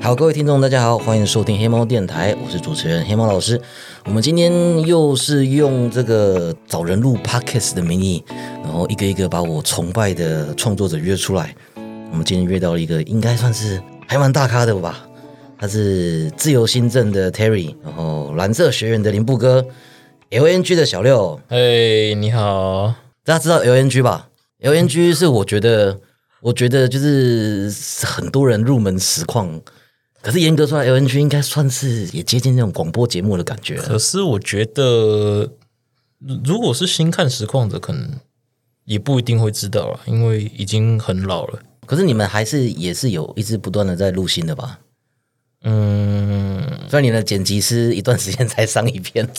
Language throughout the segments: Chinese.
好，各位听众大家好，欢迎收听黑猫电台，我是主持人黑猫老师。我们今天又是用这个找人录 Podcast 的名义，然后一个一个把我崇拜的创作者约出来。我们今天约到了一个应该算是还蛮大咖的吧，他是自由新政的 Terry， 然后蓝色学院的林布哥， LNG 的小六。 嘿，你好。 大家知道 LNG 吧？ LNG 是我觉得就是很多人入门实况，可是严格说来 LNG 应该算是也接近那种广播节目的感觉了。 可是我觉得如果是新看实况者可能也不一定会知道啦，因为已经很老了。 可是你们还是也是有一直不断的在录新的吧？虽然你的剪辑师一段时间才上一篇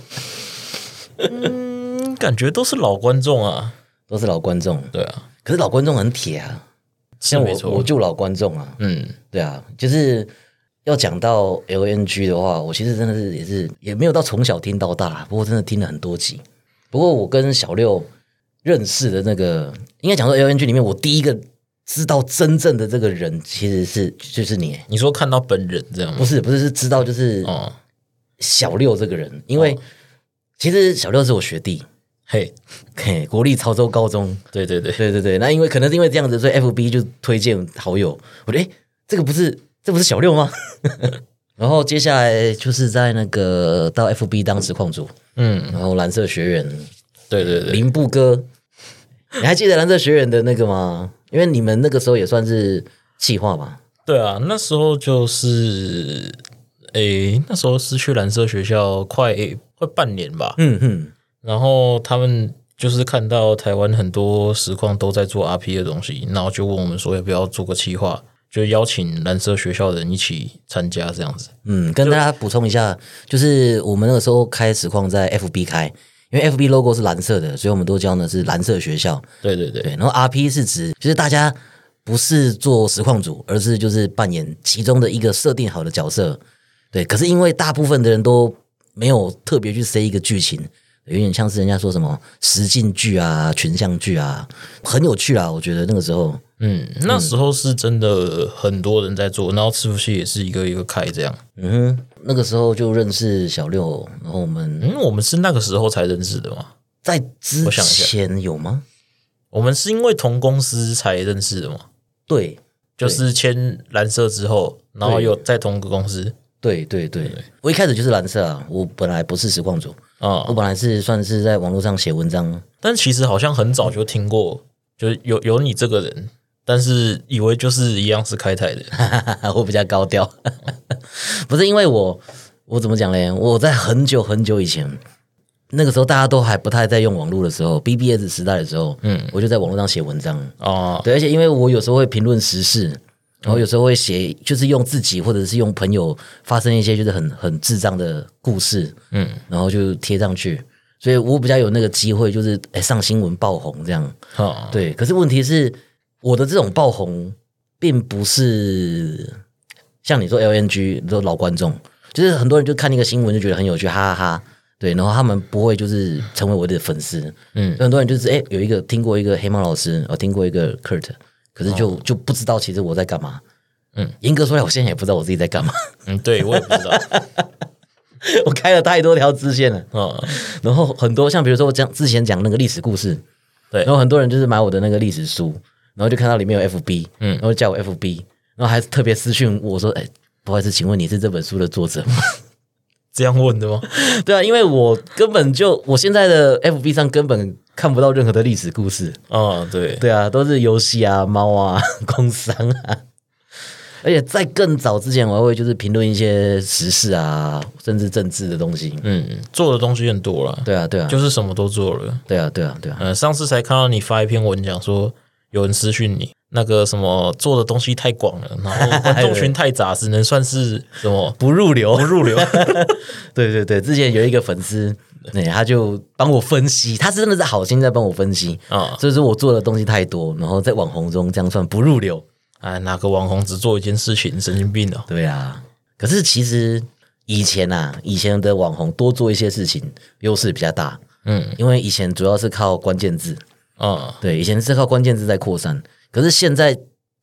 感觉都是老观众啊。 都是老观众。对啊，可是老观众很铁啊，像我就老观众啊。对啊，就是要讲到 LNG 的话，我其实真的是也没有到从小听到大，不过真的听了很多集。不过我跟小六认识的那个，应该讲说 LNG 里面我第一个知道真正的这个人，其实就是你。 你说看到本人这样吗？ 不是知道就是小六这个人，因为其实小六是我学弟。嘿，国立潮州高中。对，那因为可能是因为这样子，所以 FB 就推荐好友。我觉得这不是小六吗？然后接下来就是在那个到 FB 当实况组，然后蓝色学院，对，林布哥，你还记得蓝色学院的那个吗？因为你们那个时候也算是企划吧？ 对啊，那时候就是那时候是去蓝色学校快半年吧。然后他们就是看到台湾很多实况都在做 RP 的东西，然后就问我们说要不要做个企划，就邀请蓝色学校的人一起参加这样子。 跟大家补充一下，就是我们那个时候开实况在 FB 开，因为 FB logo 是蓝色的，所以我们都叫的是蓝色学校。对，然后 RP 是指就是大家不是做实况组，而是就是扮演其中的一个设定好的角色。对，可是因为大部分的人都没有特别去塞一个剧情，有点像是人家说什么实境剧啊、群像剧啊，很有趣啊。我觉得那个时候， 那时候是真的很多人在做，然后伺服器也是一个一个开这样。 那个时候就认识小六，然后我们是那个时候才认识的吗？ 在之前有吗？ 我们是因为同公司才认识的吗？ 对， 就是签蓝色之后，然后有在同个公司。 对，我一开始就是蓝色啊，我本来不是实况组。我本来是算是在网络上写文章， 但其实好像很早就听过，就是有你这个人，但是以为就是一样是开台的。 我比较高调。不是因为我怎么讲嘞？我在很久很久以前，那个时候大家都还不太在用网络的时候 ，BBS 时代的时候，我就在网络上写文章。对，而且因为我有时候会评论时事，然后有时候会写，就是用自己或者是用朋友发生一些就是很智障的故事，然后就贴上去，所以我比较有那个机会，就是上新闻爆红这样。对，可是问题是我的这种爆红，并不是像你说 LNG 你说老观众，就是很多人就看那个新闻就觉得很有趣，哈哈哈。对，然后他们不会就是成为我的粉丝，很多人就是有一个听过一个黑猫老师，听过一个 Kurt。可是就不知道其实我在干嘛。严格说来，我现在也不知道我自己在干嘛。 对，我也不知道。 我开了太多条支线了。然后很多像比如说我之前讲那个历史故事，对，然后很多人就是买我的那个历史书，然后就看到里面有 FB，然后叫我 FB，然后还特别私讯我说，不好意思，请问你是这本书的作者吗？ 这样问的吗？ 对啊，因为我根本我现在的 FB 上根本看不到任何的历史故事。对啊，都是游戏啊、猫啊、工商啊。而且在更早之前，我还会就是评论一些时事啊，甚至政治的东西。 做的东西很多啦。对啊，就是什么都做了。 对啊。 上次才看到你发一篇文讲说，有人私讯你。那个什么做的东西太广了，然后观众群太杂，只能算是什么不入流。 对， 之前有一个粉丝，他就帮我分析，他是真的是好心在帮我分析所以说我做的东西太多，然后在网红中这样算不入流。 哪个网红只做一件事情，神经病啊！ 对啊，可是其实以前的网红多做一些事情，优势比较大。因为以前主要是靠关键字。对，以前是靠关键字在扩散。可是现在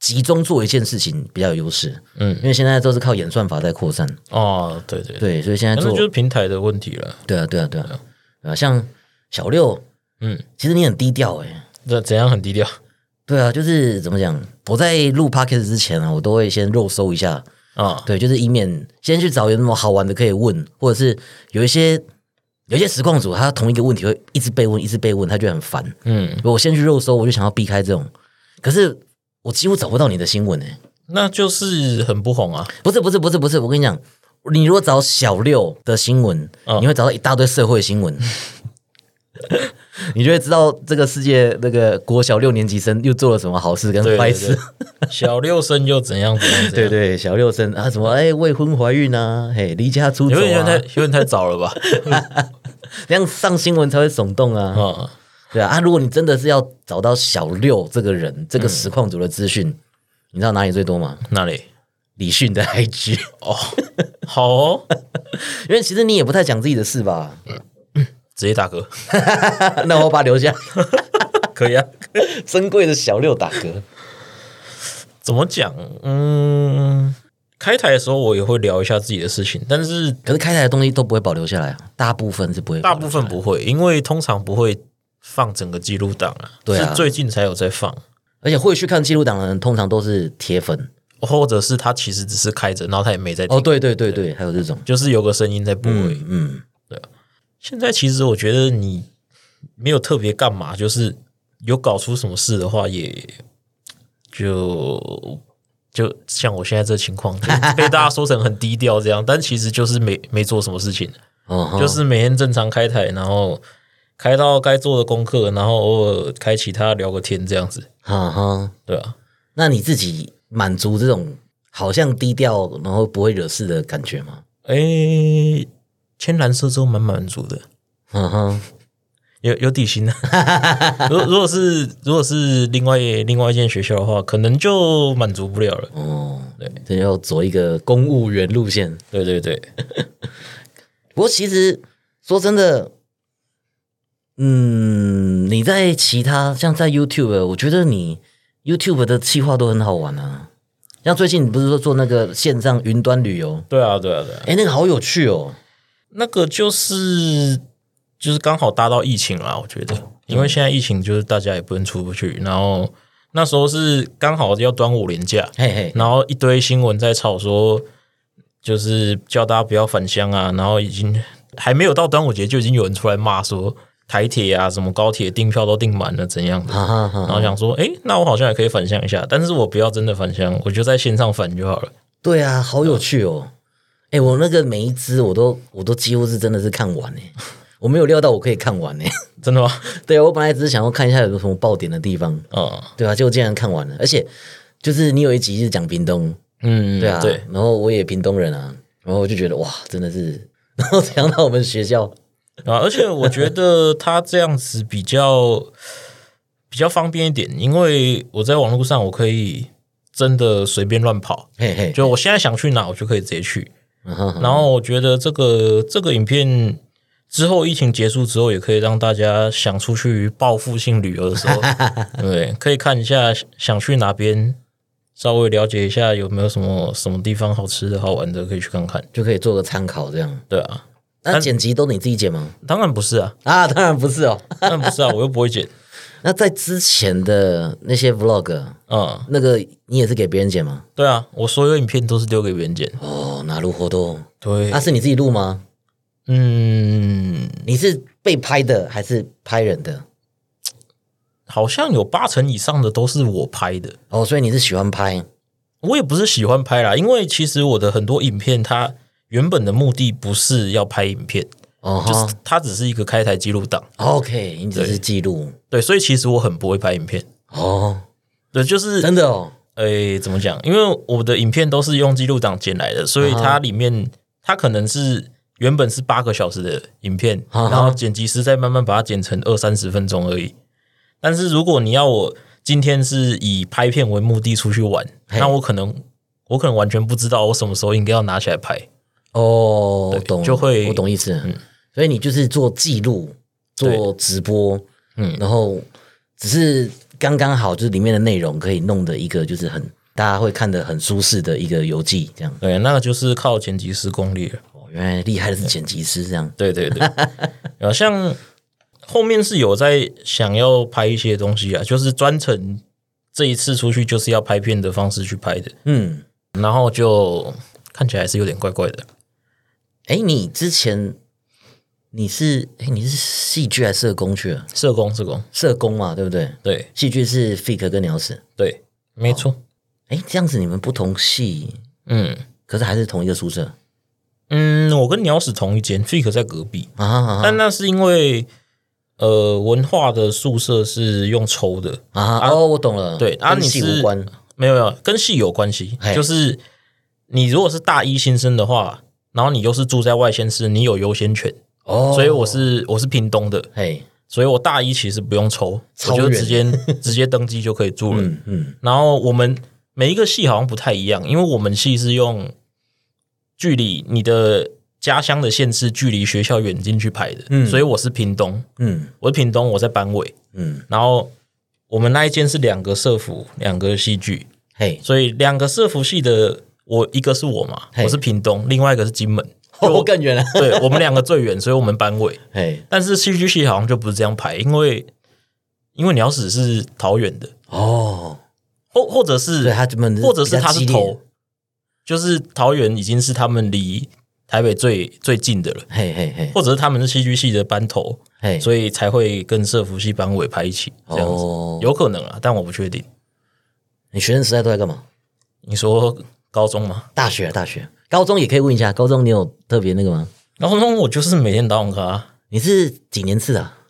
集中做一件事情比较有优势。因为现在都是靠演算法在扩散。 哦，对对对，所以现在做就是平台的问题了。 对啊，像小六，其实你很低调这怎样很低调？ 对啊，就是怎么讲？我在录 podcast 之前啊，我都会先肉搜一下啊，对，就是以免先去找有什么好玩的可以问，或者是有一些实况组他同一个问题会一直被问，他就很烦。我先去肉搜，我就想要避开这种。可是我几乎找不到你的新闻那就是很不红啊。 不是，我跟你讲，你如果找小六的新闻，你会找到一大堆社会新闻。你就会知道这个世界那个国小6年级生又做了什么好事跟坏事。 对小六生又怎样？ 对，小六生啊，什么未婚怀孕啊，离家出走啊，有点太早了吧？ 这样上新闻才会耸动啊。对啊，如果你真的是要找到小六这个人，这个实况组的资讯，你知道哪里最多吗？ 哪里？ 李迅的 IG 哦，好哦， 因为其实你也不太讲自己的事吧。 直接打嗝， 那我把他留下， 可以啊。 珍贵的小六打嗝， 怎么讲？开台的时候我也会聊一下自己的事情，但是可是开台的东西都不会保留下来，大部分是不会， 大部分不会，因为通常不会放整个记录档啊，对啊，是最近才有在放， 而且会去看记录档的人通常都是铁粉， 或者是他其实只是开着，然后他也没在听。 对，还有这种， 就是有个声音在播而已。对啊。现在其实我觉得你没有特别干嘛，就是有搞出什么事的话，也就像我现在这情况，就被大家说成很低调这样，但其实就是没做什么事情，就是每天正常开台，然后开到该做的功课，然后偶尔开其他聊个天这样子。对啊， 那你自己满足这种好像低调，然后不会惹事的感觉吗？ 签蓝色之后蛮满足的，有底薪的。如果是另外一间学校的话，可能就满足不了了。对， 这要走一个公务员路线。 对。 不过其实说真的，你在其他像在 YouTube， 我觉得你 YouTube 的企划都很好玩啊。像最近你不是说做那个线上云端旅游？ 对啊。 那个好有趣哦。 那个就是刚好搭到疫情啦，我觉得，因为现在疫情就是大家也不能出不去，然后那时候是刚好要端午连假，然后一堆新闻在吵说，就是叫大家不要返乡啊，然后已经还没有到端午节就已经有人出来骂说台铁啊什么高铁订票都订满了怎样的，然后想说那我好像也可以返乡一下，但是我不要真的返乡，我就在线上返就好了。 对啊，好有趣哦。我那个每一支我都几乎是真的是看完我没有料到我可以看完真的吗？ 对啊，我本来只是想要看一下有什么爆点的地方，对啊，结果竟然看完了，而且就是你有一集是讲屏东，对啊，对，然后我也屏东人啊，然后我就觉得哇，真的是，然后讲到我们学校而且我觉得他这样子比较方便一点，因为我在网络上我可以真的随便乱跑，就我现在想去哪我就可以直接去。然后我觉得这个影片之后疫情结束之后，也可以让大家想出去报复性旅游的时候，对，可以看一下想去哪边，稍微了解一下有没有什么地方好吃的好玩的，可以去看看， 就可以做个参考这样。 对啊， 那剪辑都你自己剪吗？ 当然不是啊， 当然不是哦， 当然不是啊，我又不会剪。 那在之前的那些 vlog，那个你也是给别人剪吗？ 对啊，我所有影片都是丢给别人剪。 なるほど。 对， 那是你自己录吗？你是被拍的还是拍人的？ 好像有80%以上的都是我拍的。 所以你是喜欢拍？ 我也不是喜欢拍啦，因为其实我的很多影片，它原本的目的不是要拍影片。就是它只是一个开台记录档。 OK， 你只是记录。 对，所以其实我很不会拍影片。对，就是真的哦。 怎么讲？因为我的影片都是用记录档剪来的，所以它里面它可能是原本是8个小时的影片，然后剪辑师再慢慢把它剪成20-30分钟而已。但是如果你要我今天是以拍片为目的出去玩，那我可能完全不知道我什么时候应该要拿起来拍。 我懂， 就会我懂意思。所以你就是做记录、做直播，然后只是刚刚好，就是里面的内容可以弄的一个就是很大家会看得很舒适的一个游记，这样。 对，那个就是靠剪辑师功力了。 原来厉害的是剪辑师这样。 对，像后面是有在想要拍一些东西啊，就是专程这一次出去就是要拍片的方式去拍的。然后就看起来是有点怪怪的。 你之前你是戏剧还是社工去了？ 社工嘛， 对不对？ 对， 戏剧是 Fik 跟鸟屎。 对，没错。 这样子你们不同系，可是还是同一个宿舍。 我跟鸟屎同一间 ，Fik 在隔壁但那是因为文化的宿舍是用抽的我懂了。 对跟系无关， 没有跟系有关系，就是你如果是大一新生的话，然后你又是住在外县市，你有优先权所以我是屏东的，所以我大一其实不用抽，我就直接登记就可以住了。然后我们每一个系好像不太一样，因为我们系是用距离你的家乡的县市距离学校远近去排的，所以我是屏东，我是屏东，我在班委，然后我们那一间是2个社服2个戏剧，所以2个社服系的一个是我嘛，我是屏东，另外一个是金门， 我更远了。 对，我们2个最远，所以我们班委。但是戏剧系好像就不是这样排，因为鸟屎是桃园的或者是他是头，就是桃园已经是他们离台北最近的了，或者是他们是戏剧系的班头，所以才会跟社服系班委排一起这样子，有可能啊，但我不确定。 你学生时代都在干嘛？ 你说高中吗？ 大学，高中也可以问一下。高中你有特别那个吗？ 高中我就是每天打网咖。 你是几年次啊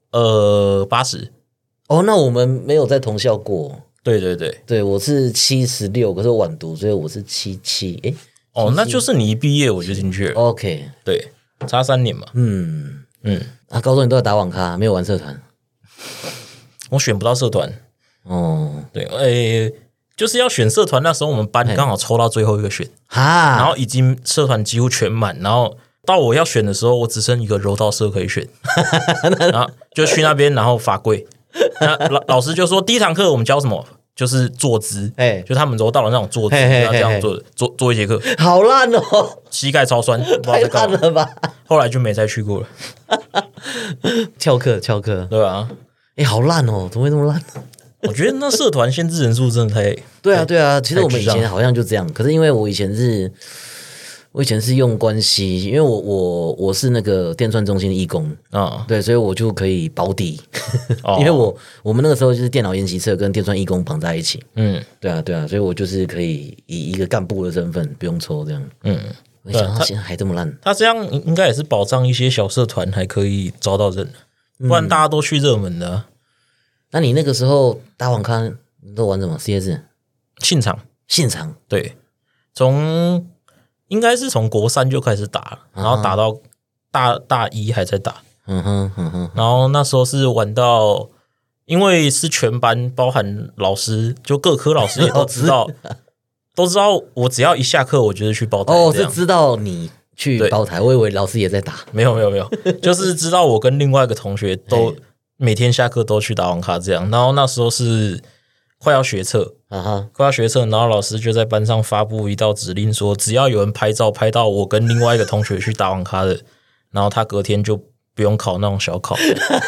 ？80。 那我们没有在同校过。 对， 我是76，可是我晚读，所以我是77。 那就是你一毕业我就进去了。 OK， 对，差3年嘛。 高中你都在打网咖，没有玩社团？ 我选不到社团。对，就是要选社团，那时候我们班刚好抽到最后一个选，然后已经社团几乎全满，然后到我要选的时候，我只剩一个柔道社可以选，然后就去那边，然后罚跪。那老师就说第一堂课我们教什么，就是坐姿，就他们柔道的那种坐姿，要这样做一节课， 好烂哦， 膝盖超酸， 太烂了吧？ 后来就没再去过了。 翘课， 对啊， 好烂哦，怎么会那么烂？ 我觉得那社团限制人数真的太…… 对啊，其实我们以前好像就这样，可是因为我以前是用关系，因为我是那个电算中心的义工对，所以我就可以保底，因为我们那个时候就是电脑研习社跟电算义工绑在一起，对啊，所以我就是可以以一个干部的身份不用抽这样，没想到现在还这么烂。 他这样应该也是保障一些小社团还可以招到人，不然大家都去热门的。 那你那个时候打网咖你都玩什么 CS？ 现场， 对，应该是从国3就开始打了，然后打到大1还在打，然后那时候是玩到，因为是全班包含老师，就各科老师也都知道，我只要一下课我就是去包台。 是知道你去包台，我以为老师也在打。 没有，就是知道我跟另外一个同学都每天下课都去打网咖这样，然后那时候是快要学测，然后老师就在班上发布一道指令说，只要有人拍照拍到我跟另外一个同学去打网咖的，然后他隔天就不用考那种小考。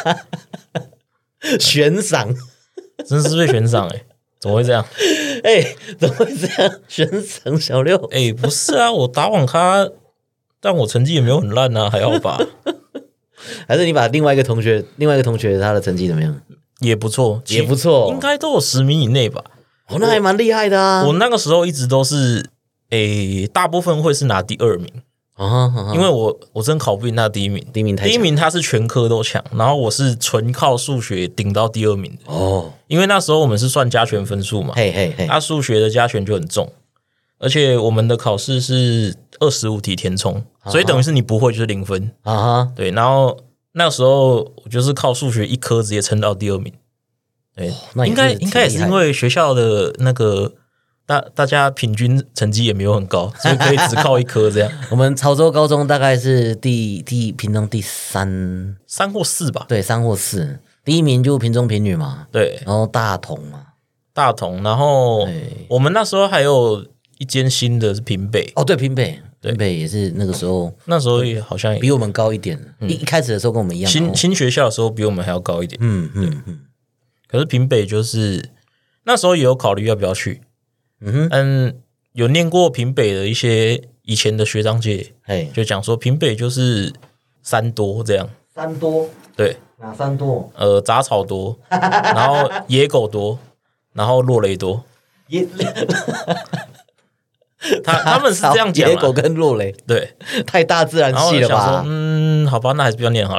悬赏， 真是被悬赏怎么会这样？ 怎么会这样？悬赏小6？ 不是啊，我打网咖，但我成绩也没有很烂啊，还好吧？ 还是你把另外一个同学他的成绩怎么样？ 也不错，应该都有10名以内吧。 那还蛮厉害的啊！ 我那个时候一直都是，大部分会是拿第2名因为我真考不赢那第1名，第一名他是全科都强，然后我是纯靠数学顶到第2名的因为那时候我们是算加权分数嘛，数学的加权就很重，而且我们的考试是25题填充，所以等于是你不会就是0分对，然后那时候我就是靠数学1科直接撑到第2名，对，应该也是因为学校的那个大家平均成绩也没有很高，所以可以只靠1科这样。 我们潮州高中大概是屏东第3或4吧，对，3或4。 第一名就平中平女嘛， 对， 然后大同嘛， 大同，然后我们那时候还有一间新的是平北， 哦，对，平北也是那个时候， 那时候也好像比我们高一点，一开始的时候跟我们一样， 新学校的时候比我们还要高一点，可是平北就是那时候也有考虑要不要去，有念过平北的一些以前的学长姐，就讲说平北就是山多这样， 山多， 对， 哪山多？ 杂草多，然后野狗多，然后落雷多，他们是这样讲， 野狗跟落雷， 对， 太大自然系了吧？ 好吧，那还是不要念好了。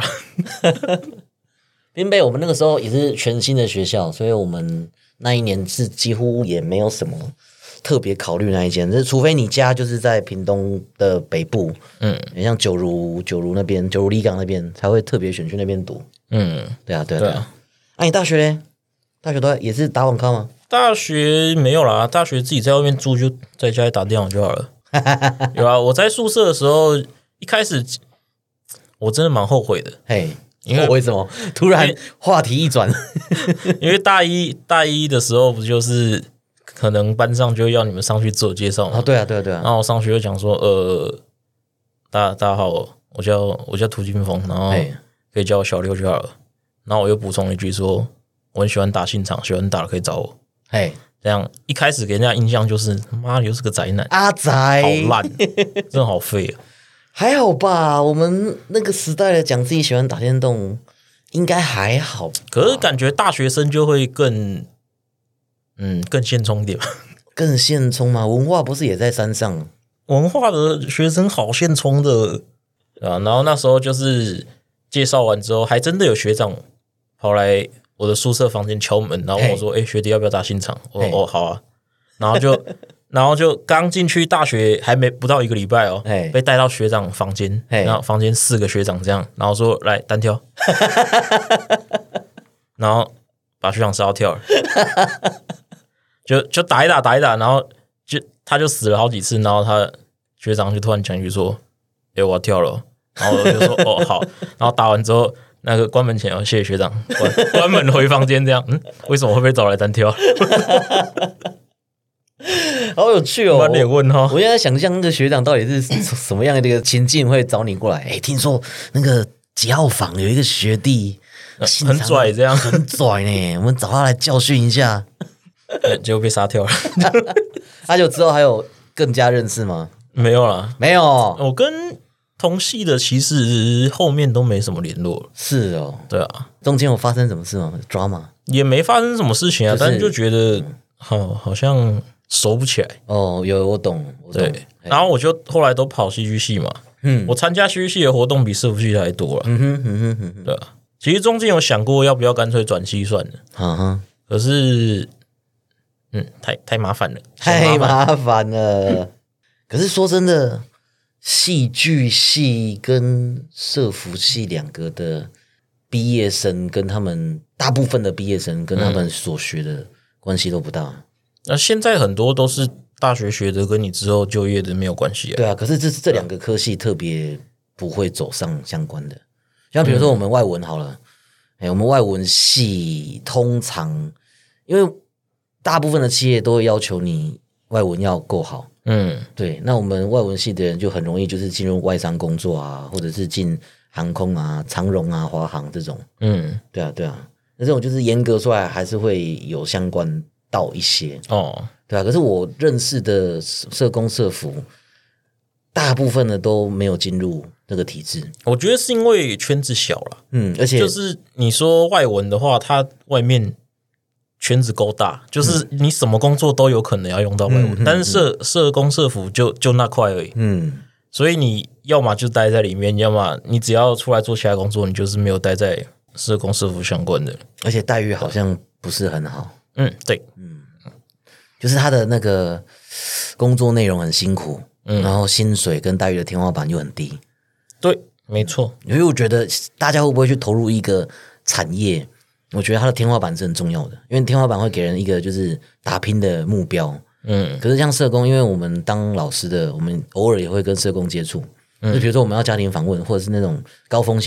平北我们那个时候也是全新的学校，所以我们那一年是几乎也没有什么特别考虑那一间，除非你家就是在屏东的北部，像九如那边，九如离港那边才会特别选去那边读。对啊。你大学嘞？大学都也是打网咖吗？ 大学没有啦，大学自己在外面住，就在家里打电脑就好了。有啊，我在宿舍的时候，一开始我真的蛮后悔的。 因为什么？突然话题一转， 因为大一的时候不就是可能班上就要你们上去自我介绍嘛？ 对啊。 然后我上去就讲说，大家好，我叫涂金峰，然后可以叫我小六就好了。然后我又补充一句说，我很喜欢打信场，喜欢打的可以找我。这样一开始给人家印象就是妈又是个宅男， 阿宅， 好烂，真的好废啊！ 还好吧，我们那个时代的讲自己喜欢打电动，应该还好。 可是感觉大学生就会更现充一点吧？ 更现充吗？文化不是也在山上？ 文化的学生好现充的啊！然后那时候就是介绍完之后，还真的有学长跑来我的宿舍房间敲门，然后问我说：“学弟要不要打新场？”我说：“哦，好啊。”然后就刚进去大学还没不到1个礼拜被带到学长房间，然后房间4个学长这样，然后说来单挑，然后把学长杀到跳了，就打一打，然后他就死了好几次，然后他学长就突然讲一句说：“我要跳了。”然后我就说：“哦，好。”然后打完之后，那个关门前谢谢学长，关门回房间这样，为什么会被找来单挑？ 好有趣哦！ 满脸问号。 我现在想象那个学长到底是什么样的一个情境会找你过来？听说那个几号房有一个学弟很拽，这样很拽呢，我们找他来教训一下。 结果被杀掉了。 他就之后还有更加认识吗？ 没有啦， 没有。 我跟同系的其实后面都没什么联络了。 是哦， 对啊， 中间有发生什么事吗？drama 也没发生什么事情啊，但是就觉得好像熟不起来。 有我懂。 对，然后我就后来都跑戏剧系嘛，我参加戏剧系的活动比社福系还多了。对啊，其实中间有想过要不要干脆转系算了，可是太麻烦了， 太麻烦了。可是说真的，戏剧系跟社福系两个的毕业生跟他们大部分的毕业生跟他们所学的关系都不大。 那现在很多都是大学学的，跟你之后就业的没有关系啊。 对啊，可是这两个科系特别不会走上相关的，像比如说我们外文好了，我们外文系通常因为大部分的企业都会要求你外文要够好，对，那我们外文系的人就很容易就是进入外商工作啊，或者是进航空啊、长荣啊、华航这种，对啊，那这种就是严格说来还是会有相关到一些对啊，可是我认识的社工社福，大部分的都没有进入那个体制。 我觉得是因为圈子小了， 而且就是你说外文的话，它外面圈子够大，就是你什么工作都有可能要用到外文，但是社工社福就那块而已，所以你要么就待在里面，要么你只要出来做其他工作，你就是没有待在社工社福相关的， 而且待遇好像不是很好。 对， 就是他的那个工作内容很辛苦，然后薪水跟待遇的天花板又很低。 对，没错。 因为我觉得大家会不会去投入一个产业？我觉得它的天花板是很重要的，因为天花板会给人一个就是打拼的目标。可是像社工，因为我们当老师的，我们偶尔也会跟社工接触。就比如说我们要家庭访问，或者是那种高风险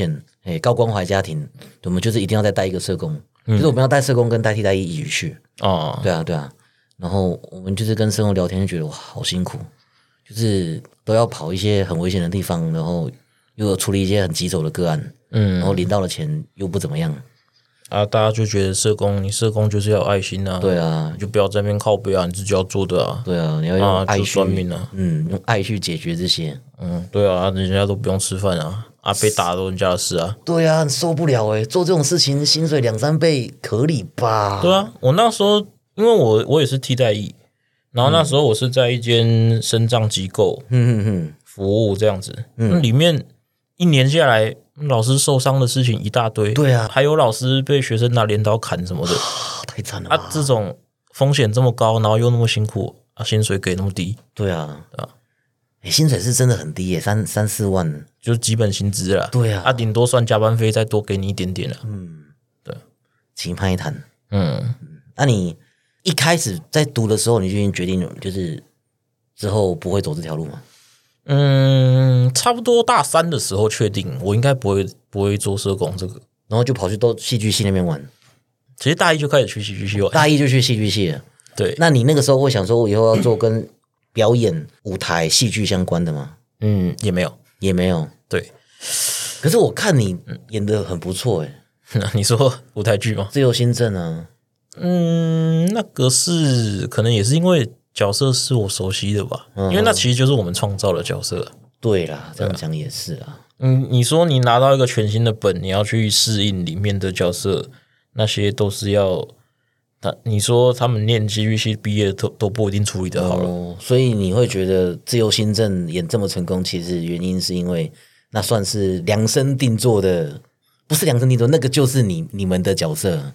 高关怀家庭，我们就是一定要再带一个社工，就是我们要带社工跟代替代役一起去。哦，对啊，对啊。然后我们就是跟社工聊天，就觉得哇，好辛苦，就是都要跑一些很危险的地方，然后又有处理一些很棘手的个案，然后领到的钱又不怎么样。 啊，大家就觉得你社工就是要有爱心啊， 对啊， 你就不要在那边靠背啊，你自己要做的啊， 对啊，你要用爱去算命啊， 用爱去解决这些， 对啊，人家都不用吃饭啊，被打都人家的事啊， 对啊，受不了做这种事情薪水2-3倍合理吧？ 对啊，我那时候因为我也是替代役，然后那时候我是在一间身障机构服务这样子，那里面1年下来。老师受伤的事情一大堆， 对啊， 还有老师被学生拿镰刀砍什么的， 太惨了吧！ 这种风险这么高，然后又那么辛苦，薪水给那么低， 对啊，薪水是真的很低3-4万， 就是基本薪资啦。 对啊， 顶多算加班费再多给你一点点啦。对， 请判一谈。那你一开始在读的时候，你就已经决定就是之后不会走这条路吗？ 差不多大3的时候确定我应该不会做社工这个， 然后就跑去戏剧系那边玩。 其实大1就开始去戏剧系玩， 大1就去戏剧系了。 对， 那你那个时候会想说，我以后要做跟表演、舞台、戏剧相关的吗？ 也没有。对， 可是我看你演得很不错你说舞台剧吗？ 自由新政啊。 那个是可能也是因为角色是我熟悉的吧，因为那其实就是我们创造的角色。 对啦，这样讲也是啊。 你说你拿到一个全新的本，你要去适应里面的角色，那些都是要你说他们念戏剧系毕业都不一定处理得好了。 所以你会觉得自由新政演这么成功，其实原因是因为那算是量身定做的，不是量身定做，那个就是你们的角色。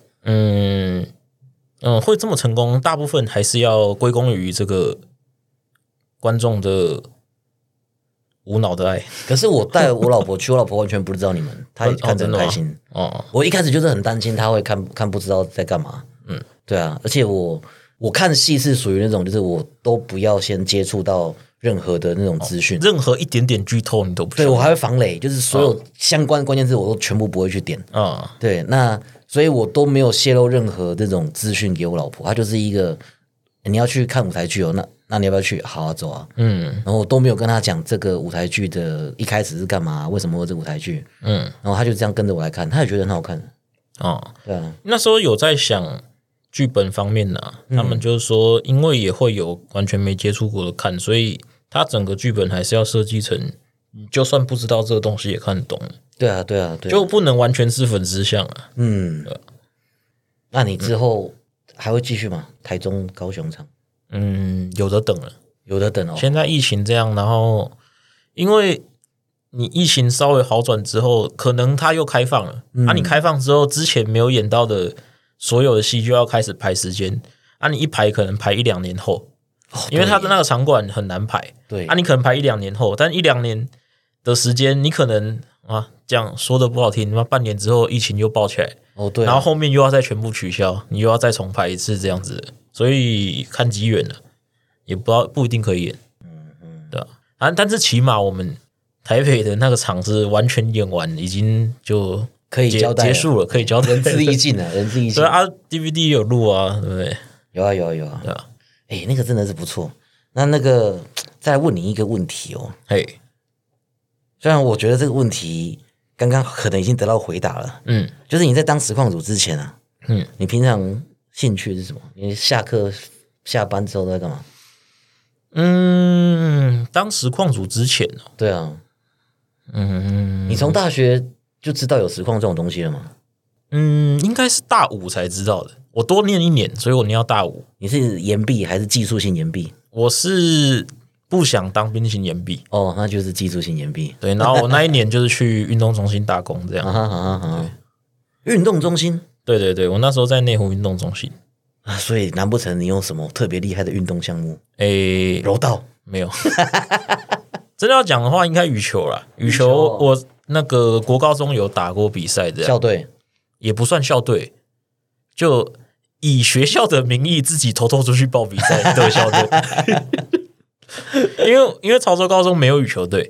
会这么成功，大部分还是要归功于这个观众的无脑的爱。 可是我带我老婆去，我老婆完全不知道你们，她也看着很开心。我一开始就是很担心她会看不知道在干嘛。对啊，而且我看戏是属于那种，就是我都不要先接触到任何的那种资讯， 任何一点点剧透你都不。 对，我还会防雷，就是所有相关关键字我都全部不会去点。对，那所以我都没有泄露任何这种资讯给我老婆，她就是一个你要去看舞台剧那你要不要去？好啊，走啊。然后我都没有跟她讲这个舞台剧的一开始是干嘛，为什么会这个舞台剧。然后她就这样跟着我来看，她也觉得很好看。对啊， 那时候有在想剧本方面呢，他们就是说，因为也会有完全没接触过的看，所以他整个剧本还是要设计成，你就算不知道这个东西也看得懂。 对啊， 就不能完全是粉丝向啊。 那你之后还会继续吗？台中、高雄场？ 有的等了， 有的等哦。 现在疫情这样，然后因为你疫情稍微好转之后，可能它又开放了。你开放之后，之前没有演到的所有的戏就要开始排时间。你一排可能排1-2年后，因为它的那个场馆很难排。 对， 你可能排1-2年后，但1-2年的时间，你可能这样说的不好听，半年之后疫情又爆起来。 对， 然后后面又要再全部取消，你又要再重排一次这样子，所以看机缘了，也不一定可以演。对吧？但是起码我们台北的那个场是完全演完，已经就可以交代结束了，可以交代， 仁至义尽了，仁至义尽。 对DVD 有录啊，对不对？ 有啊，对吧？那个真的是不错。那个再问你一个问题哦，虽然我觉得这个问题刚刚可能已经得到回答了，就是你在当实况组之前啊，你平常兴趣是什么？你下课下班之后都在干嘛？ 当实况组之前对啊，你从大学就知道有实况这种东西了吗？ 应该是大5才知道的。我多念1年，所以我念到大5。 你是延毕还是技术性延毕？ 我是不想当兵型延毕。 那就是技术性延毕。 对，然后我那1年就是去运动中心打工这样。 运动中心？ 对，我那时候在内湖运动中心。 所以难不成你有什么特别厉害的运动项目？柔道没有。真的要讲的话，应该羽球啦。羽球我那个国高中有打过比赛的， 校队也不算校队，就以学校的名义自己偷出去报比赛的校队。因为潮州高中没有羽球队。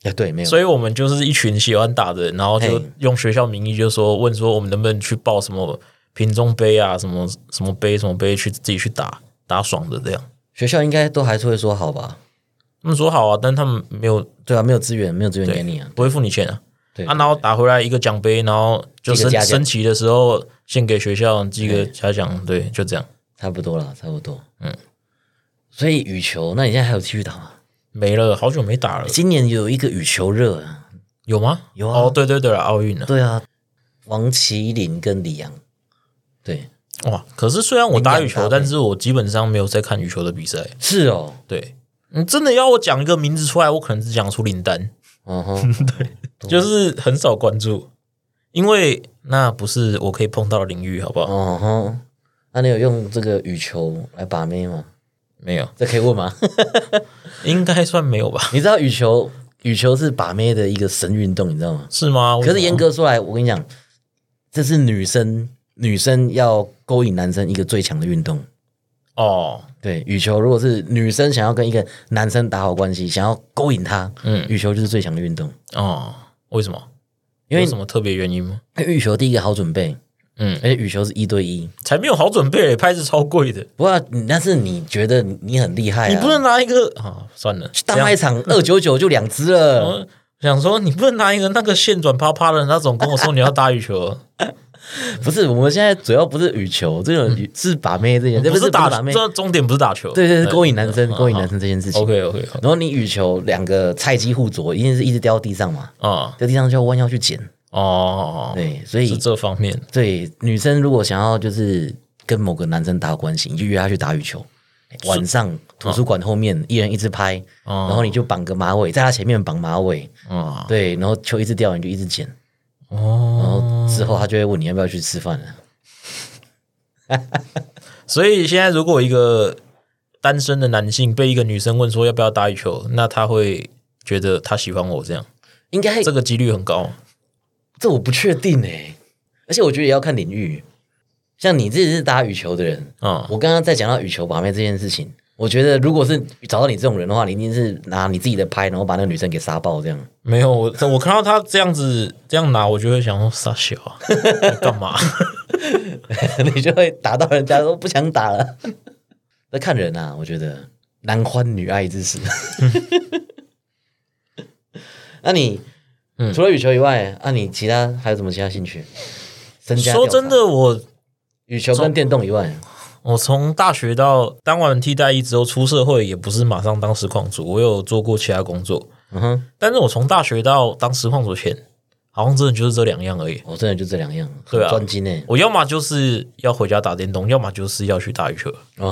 对，没有， 所以我们就是一群喜欢打的人，然后就用学校名义就说问说我们能不能去报什么瓶中杯啊，什么什么杯什么杯去自己去打爽的这样。 学校应该都还是会说好吧？ 他们说好啊，但他们没有， 对啊，没有资源给你啊， 不会付你钱啊。 对然后打回来一个奖杯，然后就升旗的时候献给学校寄个嘉奖，对，就这样， 差不多了，差不多。所以羽球，那你现在还有继续打吗？ 没了，好久没打了。 今年有一个羽球热， 有吗？ 有啊。 哦，对了，奥运了。 对啊，王麒麟跟李阳，对， 哇！可是虽然我打羽球，但是我基本上没有在看羽球的比赛。 是哦， 对，你真的要我讲一个名字出来，我可能只讲出林丹。对，就是很少关注，因为那不是我可以碰到的领域，好不好？ 那你有用这个羽球来把妹吗？ 没有， 这可以问吗？ 应该算没有吧？ 你知道羽球是把妹的一个神运动，你知道吗？ 是吗？ 可是严格说来，我跟你讲，这是女生要勾引男生一个最强的运动。哦，对，羽球如果是女生想要跟一个男生打好关系，想要勾引他，羽球就是最强的运动。 哦，为什么？ 因为有什么特别原因吗？ 因为羽球第一个好准备，而且羽球是1对1， 才没有好准备，拍子超贵的。 不过，但是你觉得你很厉害啊？ 你不能拿一个算了， 大卖场299就2只了。 想说你不能拿一个那个线转啪啪的那种跟我说你要打羽球。 不是，我们现在主要不是羽球，这种是把妹这件， 不是打妹，这重点不是打球， 对，是勾引男生这件事情。 OK， 然后你羽球两个菜鸡互啄，一定是一直掉到地上嘛，掉地上就要弯腰去捡。对，所以是这方面。 对，女生如果想要就是跟某个男生打好关系，你就约他去打羽球，晚上图书馆后面一人一直拍，然后你就绑个马尾，在他前面绑马尾，对，然后球一直掉，你就一直捡。然后之后他就会问你要不要去吃饭了。 所以现在如果一个单身的男性被一个女生问说要不要打羽球，那他会觉得他喜欢我这样， 应该这个几率很高。 这我不确定而且我觉得也要看领域。像你自己是打羽球的人，我刚刚在讲到羽球把妹这件事情，我觉得如果是找到你这种人的话，你一定是拿你自己的拍，然后把那个女生给杀爆这样。 没有，我看到他这样子这样拿，我就会想说傻小啊，干嘛？ 你就会打到人家都不想打了。在看人啊，我觉得男欢女爱之时。那你除了羽球以外，你其他还有什么其他兴趣？ 说真的，我羽球跟电动以外， 我从大学到当完替代役之后出社会，也不是马上当实况主，我有做过其他工作。但是我从大学到当实况主前，好像真的就是这2样而已。 真的就这2样， 对啊， 专精我要么就是要回家打电动，要么就是要去打羽球。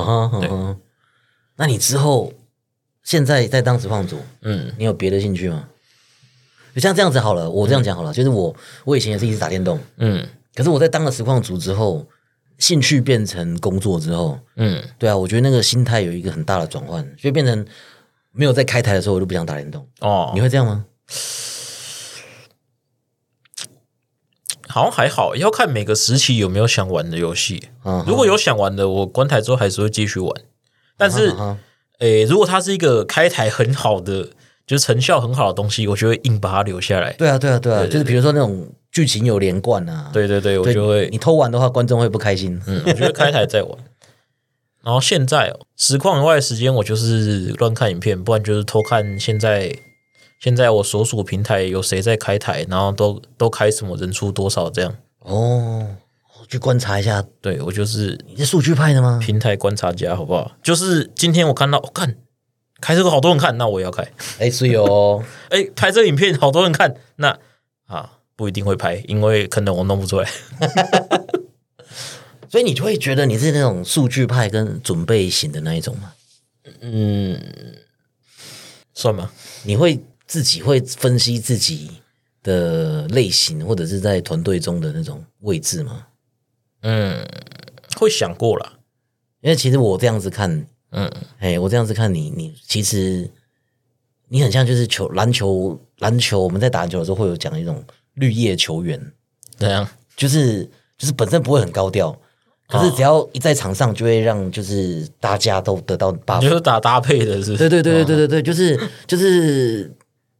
那你之后现在在当实况主，你有别的兴趣吗？就像这样子好了，我这样讲好了，就是我以前也是一直打电动，可是我在当了实况主之后，兴趣变成工作之后，对啊，我觉得那个心态有一个很大的转换，所以变成没有在开台的时候我就不想打电动。你会这样吗？ 好像还好，要看每个时期有没有想玩的游戏。如果有想玩的，我关台之后还是会继续玩。但是，如果它是一个开台很好的，就是成效很好的东西，我就会硬把它留下来。 对啊，就是比如说那种剧情有连贯啊， 对，我就会。 你偷玩的话，观众会不开心。 我就会开台再玩。然后现在实况以外的时间，我就是乱看影片，不然就是偷看现在我所属平台有谁在开台，然后都开什么人出多少这样。 去观察一下。 对，我就是你是数据派的吗？ 平台观察家，好不好？就是今天我看到，看开这个好多人看，那我也要开。 是有拍这个影片好多人看，那不一定会拍，因为可能我弄不出来。 所以你就会觉得你是那种数据派跟准备型的那一种吗？ 算吗？ 你会自己会分析自己的类型，或者是在团队中的那种位置吗？ 会想过啦， 因为其实我这样子看，我这样子看你其实你很像就是篮球，我们在打篮球的时候会有讲一种绿叶球员， 怎样？ 就是本身不会很高调。可是只要一在场上，就会让就是大家都得到 buff， 就是打搭配的是不是？ 对，就是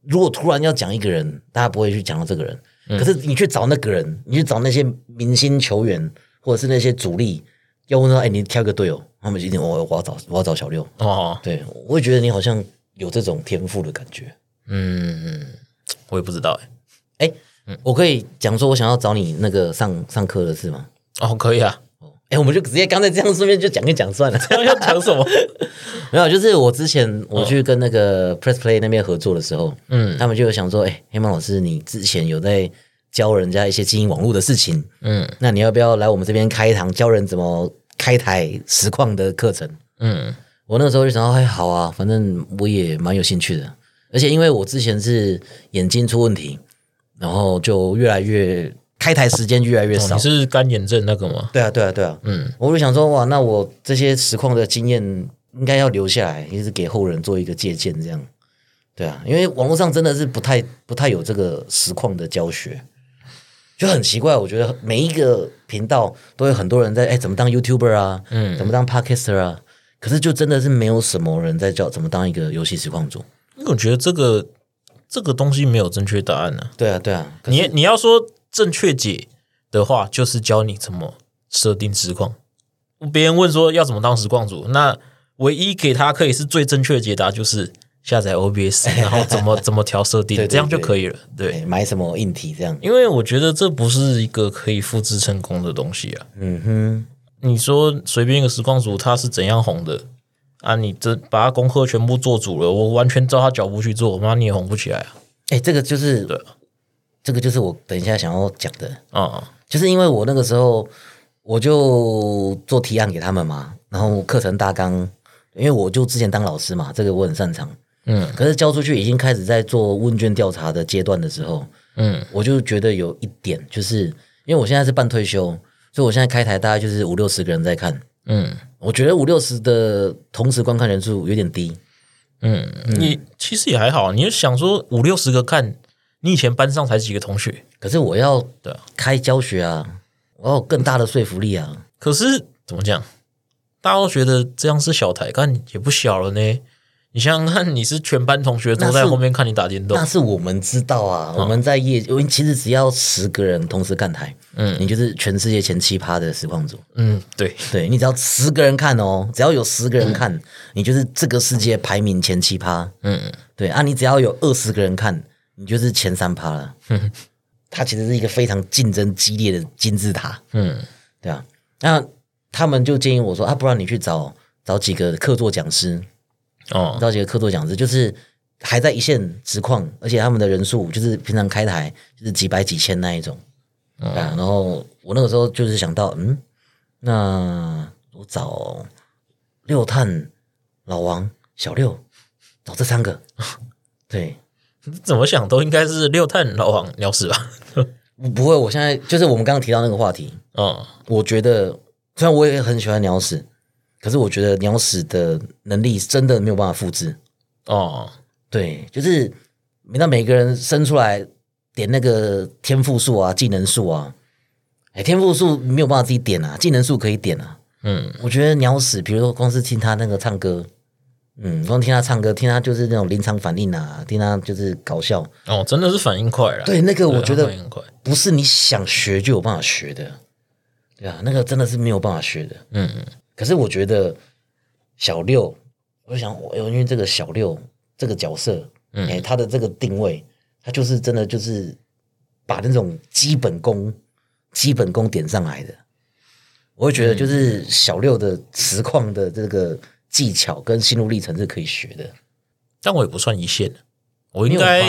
如果突然要讲一个人，大家不会去讲到这个人。可是你去找那个人，你去找那些明星球员或者是那些主力，要问说，你挑个队友，他们一定我要找小六。对，我会觉得你好像有这种天赋的感觉。 我也不知道我可以讲说我想要找你那个上课的事吗？ 可以啊。 我们就直接刚才这样顺便就讲一讲算了。 这样要讲什么？ 没有，就是我之前我去跟那个 Press Play 那边合作的时候，他们就有想说，黑曼老师，你之前有在教人家一些经营网络的事情，那你要不要来我们这边开一堂教人怎么开台实况的课程？我那个时候就想到，好啊，反正我也蛮有兴趣的，而且因为我之前是眼睛出问题，然后就越来越开台时间越来越少。 你是干眼症那个吗？ 对啊。我就想说，哇，那我这些实况的经验应该要留下来，也是给后人做一个借鉴，这样。对啊，因为网络上真的是不太有这个实况的教学，就很奇怪。我觉得每一个频道都有很多人在怎么当 YouTuber 啊，怎么当 Podcaster 啊，可是就真的是没有什么人在教怎么当一个游戏实况主。 因为我觉得这个东西没有正确答案啊。 对啊， 你要说正确解的话，就是教你怎么设定实况。别人问说要怎么当实况主，那唯一给他可以是最正确的解答就是下载 OBS， 然后怎么调设定，对，这样就可以了。对， 买什么硬体这样。 因为我觉得这不是一个可以复制成功的东西啊。你说随便一个实况主他是怎样红的啊？你把他功课全部做足了，我完全照他脚步去做，妈你也红不起来啊。 这个就是对。 这个就是我等一下想要讲的就是因为我那个时候我就做提案给他们嘛，然后课程大纲，因为我就之前当老师嘛，这个我很擅长，可是交出去已经开始在做问卷调查的阶段的时候，我就觉得有一点，就是因为我现在是半退休，所以我现在开台大概就是50-60个人在看，我觉得50-60的同时观看人数有点低， 你其实也还好，你就想说50-60个看。你以前班上才几个同学， 可是我要开教学啊，我要有更大的说服力啊。 可是怎么讲，大家都觉得这样是小台，但也不小了呢。你想想看，你是全班同学都在后面看你打电动， 那是我们知道啊。我们在因为其实只要10个人同时看台，你就是全世界前7%的实况组。对，你只要10个人看哦，只要有10个人看，你就是这个世界排名前7%。对啊，你只要有20个人看。你就是前3%了，它其实是一个非常竞争激烈的金字塔，对啊。那他们就建议我说不然你去找几个客座讲师，找几个客座讲师，就是还在一线实况，而且他们的人数就是平常开台就是几百几千那一种，然后我那个时候就是想到，那我找六探、老王、小六，找这3个，对。 怎么想都应该是六探老王鸟屎吧？ 不会，我现在就是我们刚刚提到那个话题，我觉得虽然我也很喜欢鸟屎，可是我觉得鸟屎的能力真的没有办法复制。对，就是每个人生出来点那个天赋树啊、技能树啊，天赋树没有办法自己点啊，技能树可以点啊。我觉得鸟屎，比如说光是听他那个唱歌。光听他唱歌，听他就是那种临场反应啊，听他就是搞笑真的是反应快啦。 对，那个我觉得不是你想学就有办法学的，对啊，那个真的是没有办法学的。可是我觉得小六，我就想，因为这个小六这个角色，他的这个定位，他就是真的就是把那种基本功点上来的。我会觉得就是小六的实况的这个。技巧跟心路历程是可以学的， 但我也不算一线，我应该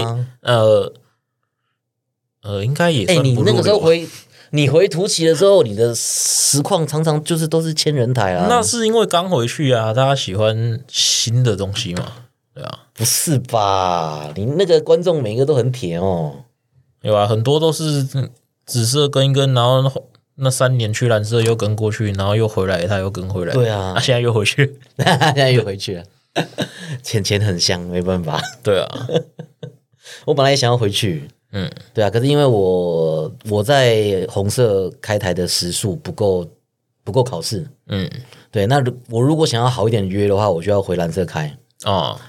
应该也算不入流。 你那个时候回图奇的时候，你的实况常常就是都是千人台啊。 那是因为刚回去啊，大家喜欢新的东西嘛，对啊。 不是吧？你那个观众每个都很铁哦， 有啊，很多都是紫色跟一跟，然后。那3年去蓝色又跟过去，然后又回来，他又跟回来。 对啊， 现在又回去， 现在又回去了。钱很香，没办法。 对啊， 我本来也想要回去，对啊，可是因为我在红色开台的时数不够考试，对，那我如果想要好一点约的话，我就要回蓝色开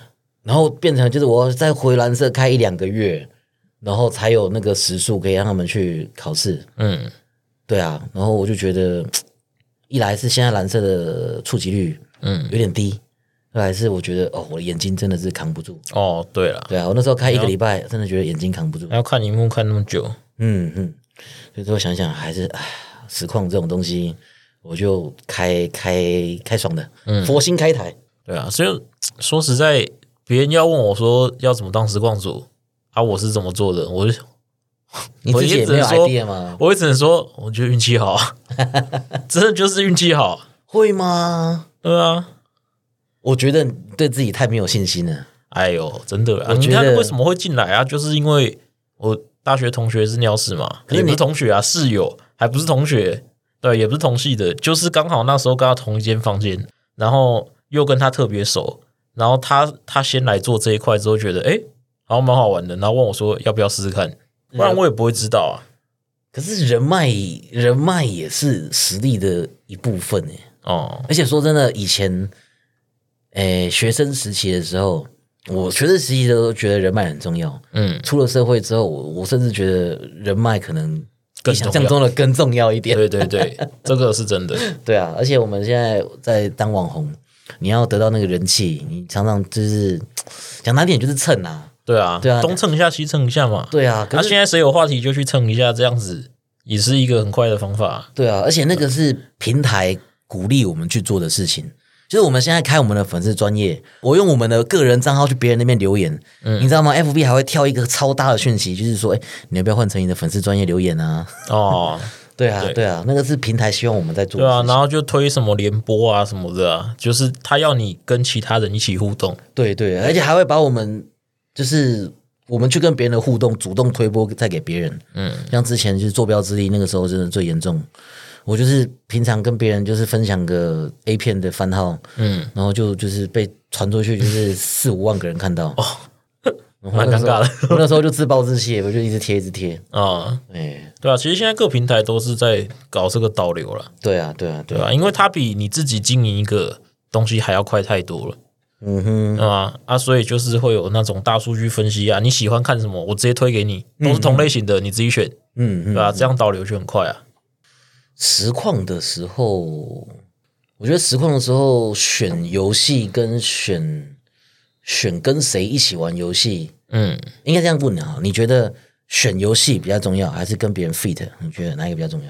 然后变成就是我再回蓝色开1-2个月，然后才有那个时数可以让他们去考试。对啊，然后我就觉得，一来是现在蓝色的触及率有点低，二来是我觉得我的眼睛真的是扛不住。 对了， 对啊，我那时候开1个礼拜，真的觉得眼睛扛不住， 还要看荧幕看那么久。 所以说想想还是实况这种东西，我就开爽的，佛心开台。 对啊，所以说实在，别人要问我说要怎么当实况主我是怎么做的， 你自己也没有 idea 吗？ 我也只能说，我觉得运气好，真的就是运气好。 会吗？ 对啊， 我觉得对自己太没有信心了。 哎呦，真的你看为什么会进来啊？就是因为我大学同学是鸟屎嘛，也不是同学室友还不是同学，对，也不是同系的，就是刚好那时候跟他同一间房间，然后又跟他特别熟，然后他先来做这一块之后，觉得好像蛮好玩的，然后问我说要不要试试看，不然我也不会知道啊。 可是人脉也是实力的一部分而且说真的，以前学生时期的时候，我学生时期都觉得人脉很重要。出了社会之后，我甚至觉得人脉可能比想象中的更重要一点。 对对对，这个是真的。 对啊，而且我们现在在当网红，你要得到那个人气，你常常就是讲难点就是蹭啊。 对啊，东蹭一下西蹭一下嘛。 对啊， 现在谁有话题就去蹭一下，这样子也是一个很快的方法。 对啊，而且那个是平台鼓励我们去做的事情。就是我们现在开我们的粉丝专页，我用我们的个人账号去别人那边留言，你知道吗 ？FB 还会跳一个超大的讯息，就是说，你要不要换成你的粉丝专页留言啊？对啊，那个是平台希望我们在做的事情。 对啊，然后就推什么联播啊什么的啊，就是他要你跟其他人一起互动。 对，而且还会把我们就是我们去跟别人的互动，主动推播再给别人。像之前就是坐标之力那个时候真的最严重。我就是平常跟别人就是分享个 A 片的番号，然后就是被传出去，就是4-5万个人看到， 蛮尴尬的。 我那时候就自暴自弃，我就一直贴对啊，其实现在各平台都是在搞这个导流了。 对啊， 因为它比你自己经营一个东西还要快太多了。所以就是会有那种大数据分析啊，你喜欢看什么，我直接推给你，都是同类型的，你自己选。对啊，这样导流就很快啊。 实况的时候，我觉得实况的时候选游戏跟选跟谁一起玩游戏，应该这样问啊？你觉得选游戏比较重要，还是跟别人 fit？ 你觉得哪一个比较重要？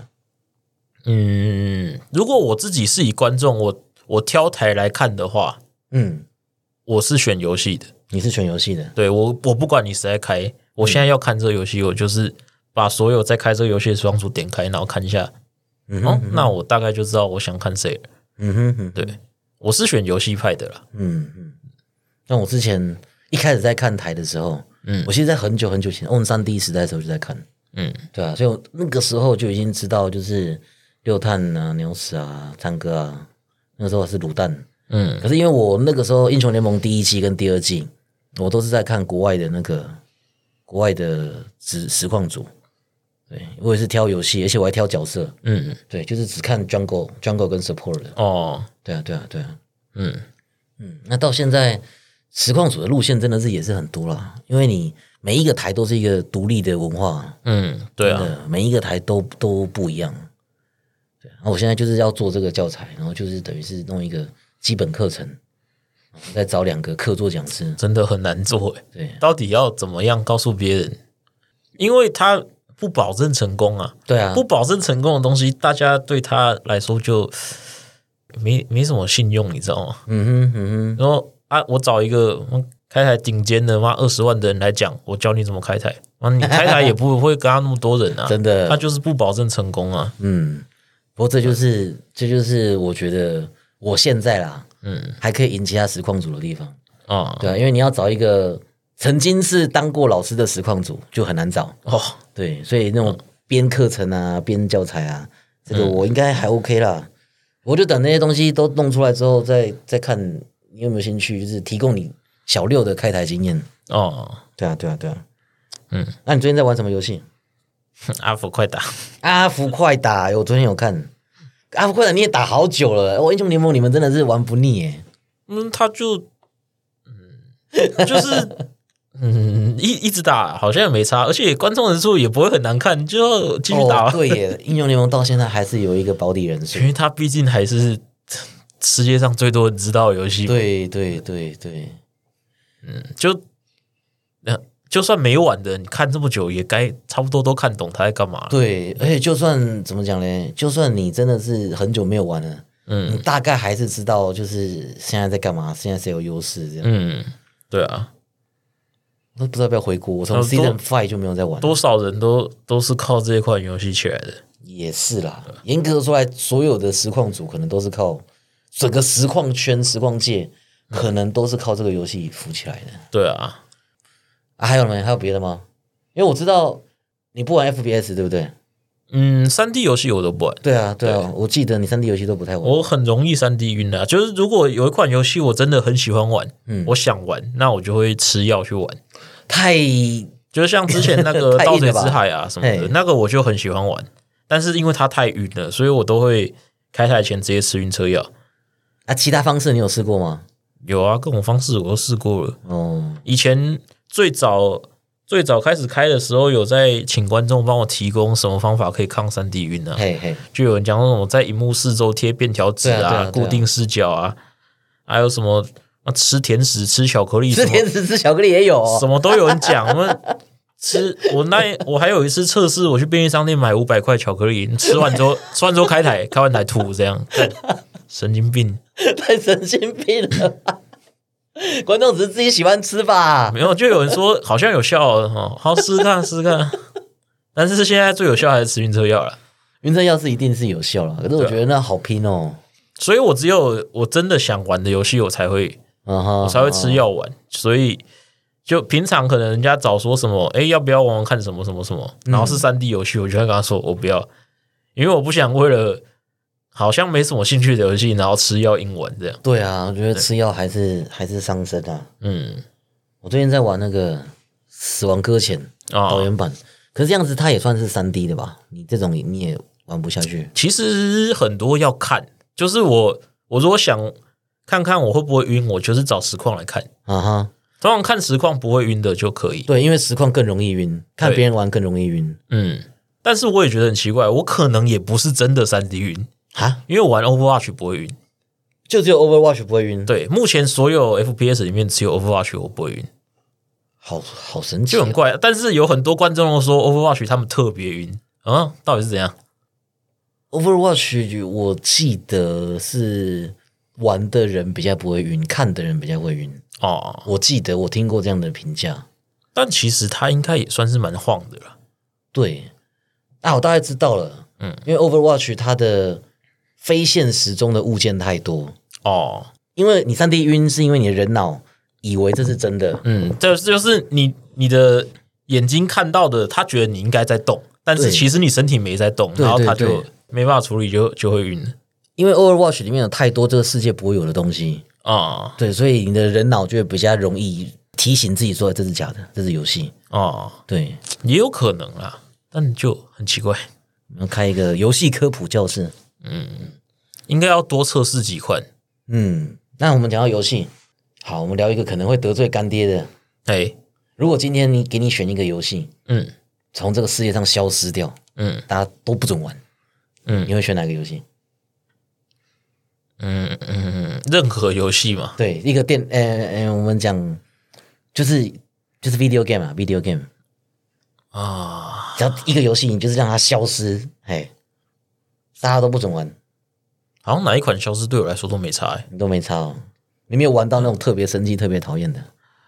如果我自己是以观众，我挑台来看的话，我是选游戏的。 你是选游戏的？ 对，我不管你谁在开，我现在要看这个游戏，我就是把所有在开这个游戏的双组点开，然后看一下。那我大概就知道我想看谁了。对，我是选游戏派的啦。 那我之前一开始在看台的时候，我其实在很久很久前，On3D 时代的时候就在看。对啊，所以我那个时候就已经知道，就是六探啊、牛屎啊、唱歌啊，那个时候是卤蛋。可是因为我那个时候英雄联盟第1季跟第2季，我都是在看国外的实况组。对，我也是挑游戏，而且我还挑角色。对，就是只看 jungle 跟 support 的。对啊。那到现在实况组的路线真的是也是很多啦，因为你每一个台都是一个独立的文化。 对啊， 每一个台都不一样。对，然后我现在就是要做这个教材，然后就是等于是弄一个基本课程，再找2个客座讲师， 真的很难做。 对， 到底要怎么样告诉别人？因为他不保证成功啊。 对啊， 不保证成功的东西，大家对他来说就没什么信用，你知道吗？然后我找一个开台顶尖的20万的人来讲，我教你怎么开台，你开台也不会跟他那么多人啊。 真的， 他就是不保证成功啊。 不过这就是我觉得我现在啦，还可以赢其他实况组的地方对啊，因为你要找一个曾经是当过老师的实况组就很难找对，所以那种编课程啊、编教材啊，这个我应该还 OK 啦。我就等那些东西都弄出来之后，再看你有没有兴趣，就是提供你小6的开台经验。对啊。那你最近在玩什么游戏？ 阿福快打， 阿福快打，我昨天有看。阿福快打你也打好久了，英雄联盟你们真的是玩不腻耶。 他就就是一直打好像也没差，而且观众人数也不会很难看，就继续打。 对耶，英雄联盟到现在还是有一个保底人数， 因为它毕竟还是世界上最多人知道的游戏。 对， 就算没玩的，你看这么久也该差不多都看懂他在干嘛。 对，而且就算怎么讲呢？就算你真的是很久没有玩了，你大概还是知道就是现在在干嘛，现在谁有优势这样。 对啊。 都不知道要不要回国，我从 Season 5就没有在玩。 多少人都是靠这一款游戏起来的。 也是啦，严格说来，所有的实况组可能都是靠整个实况圈、实况界，可能都是靠这个游戏扶起来的。 对啊， 还有没？还有别的吗？因为我知道你不玩 FPS，对不对 ？3D 游戏我都不玩。 对啊，我记得你3D 游戏都不太玩。 我很容易3D 晕的，就是如果有一款游戏我真的很喜欢玩，我想玩，那我就会吃药去玩。就是像之前那个盗贼之海啊什么的，那个我就很喜欢玩，但是因为它太晕了，所以我都会开台前直接吃晕车药。 其他方式你有试过吗？ 有啊，各种方式我都试过了。以前最早开始开的时候，有在请观众帮我提供什么方法可以抗3D 晕啊。就有人讲说什么在荧幕四周贴便条纸啊，固定视角啊，还有什么吃甜食、吃巧克力， 吃甜食、吃巧克力也有， 什么都有人讲。我还有一次测试，我去便利商店买500块巧克力，吃完之后开完台吐，这样神经病， 太神经病了吧。观众只是自己喜欢吃吧？ 没有，就有人说好像有效好试试看。但是现在最有效还是吃晕车药了。 晕车药是一定是有效了，可是我觉得那好拼哦。 所以我只有我真的想玩的游戏，我才会吃药玩。所以就平常可能人家早说什么，要不要玩玩看什么什么什么，然后是3D 游戏，我就会跟他说我不要，因为我不想为了好像没什么兴趣的游戏，然后吃药硬玩这样。 对啊，我觉得吃药还是伤身啊。我最近在玩那个《死亡搁浅》导演版，可是这样子它也算是3D 的吧？你这种你也玩不下去。 其实很多要看，就是我如果想看看我会不会晕，我就是找实况来看。通常看实况不会晕的就可以。 对，因为实况更容易晕，看别人玩更容易晕。 但是我也觉得很奇怪，我可能也不是真的3D 晕因为我玩 Overwatch 不会晕， 就只有 Overwatch 不会晕。 对，目前所有 FPS 里面只有 Overwatch 我不会晕， 好神奇， 就很怪。但是有很多观众都说 Overwatch 他们特别晕到底是怎样 ？Overwatch 我记得是玩的人比较不会晕，看的人比较会晕。我记得我听过这样的评价， 但其实它应该也算是蛮晃的了。 对，我大概知道了。因为 Overwatch 它的非现实中的物件太多因为你3D 晕是因为你的人脑以为这是真的。 这就是你的眼睛看到的，他觉得你应该在动，但是其实你身体没在动，然后他就没办法处理，就会晕。 因为 Overwatch 里面有太多这个世界不会有的东西对，所以你的人脑就会比较容易提醒自己说这是假的，这是游戏对， 也有可能啦，但就很奇怪。 我们开一个游戏科普教室， 应该要多测试几款。 那我们讲到游戏，好，我们聊一个可能会得罪干爹的。如果今天给你选一个游戏，从这个世界上消失掉，大家都不准玩，你会选哪个游戏？ 任何游戏嘛。 对，一个我们讲就是 video game video game 只要一个游戏，你就是让它消失，大家都不准玩。 好像哪一款消失对我来说都没差你都没差你没有玩到那种特别生气、特别讨厌的。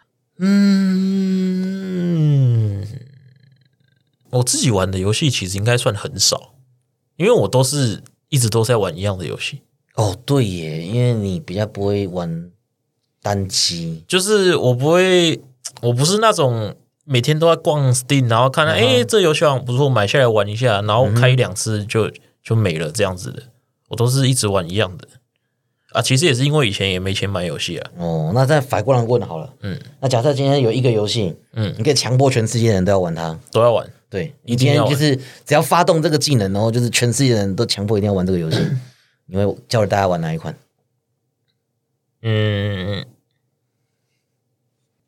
我自己玩的游戏其实应该算很少，因为我一直都在玩一样的游戏。 对耶，因为你比较不会玩单机， 就是我不是那种每天都在逛 Steam， 然后看这游戏好像不错，买下来玩一下，然后开1-2次就没了这样子的。我都是一直玩一样的其实也是因为以前也没钱买游戏那再反过来问好了，那假设今天有一个游戏，你可以强迫全世界的人都要玩它， 都要玩。 对，你今天就是只要发动这个技能，然后就是全世界的人都强迫一定要玩这个游戏，你会叫大家玩哪一款？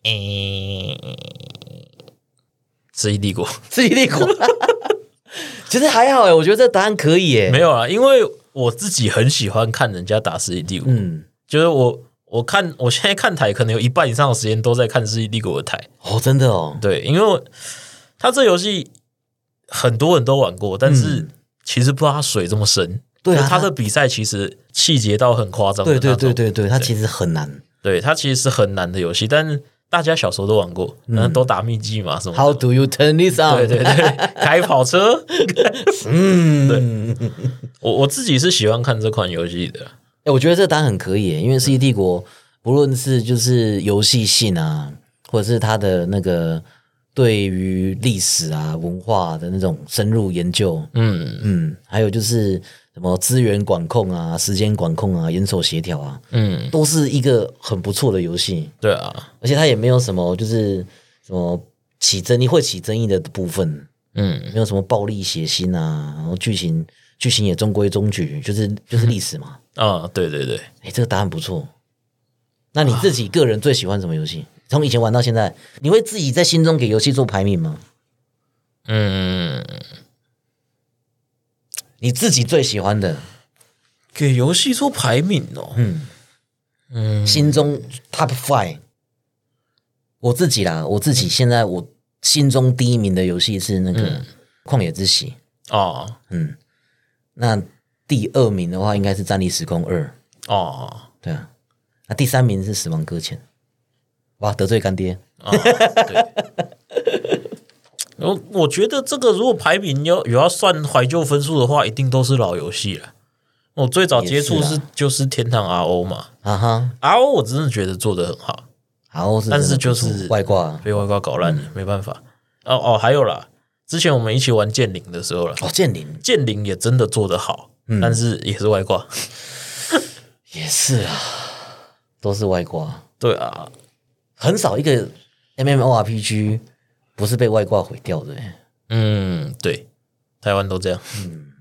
世纪帝国， 世纪帝国，其实还好我觉得这答案可以没有啊，因为我自己很喜欢看人家打世纪帝国，就是我现在看台可能有一半以上的时间都在看世纪帝国的台。 真的哦， 对，因为他这游戏很多人都玩过，但是其实不知道他水这么深。对啊，他的比赛其实细节到很夸张的那种。 对，他其实很难。 对，他其实是很难的游戏，但是大家小时候都玩过，都打秘籍嘛什么的。 How do you turn this on？ 对，开跑车。对，我自己是喜欢看这款游戏的。 我觉得这答案很可以因为《世纪帝国》不论是就是游戏性啊，或者是它的那个对于历史啊、文化的那种深入研究，还有就是什么资源管控啊、时间管控啊、人手协调啊，都是一个很不错的游戏。 对啊， 而且它也没有什么就是什么起争议的部分，没有什么暴力血腥啊，然后剧情也中规中矩，就是历史嘛。 对， 这个答案不错。那你自己个人最喜欢什么游戏？从以前玩到现在，你会自己在心中给游戏做排名吗？你自己最喜欢的， 给游戏做排名心中 Top 5。我自己现在我心中第一名的游戏是那个《旷野之息》那第2名的话应该是《战地时空2》对啊，那第3名是《死亡搁浅》。哇，得罪干爹对。我觉得这个如果排名要算怀旧分数的话，一定都是老游戏了。我最早接触就是天堂 RO 嘛，RO 我真的觉得做得很好 ，RO 但是就是外挂被外挂搞烂了，没办法。还有啦，之前我们一起玩剑灵的时候了，剑灵也真的做得好，但是也是外挂， 也是啊，都是外挂。 对啊， 很少一个 MMORPG 不是被外挂毁掉的。 对，台湾都这样。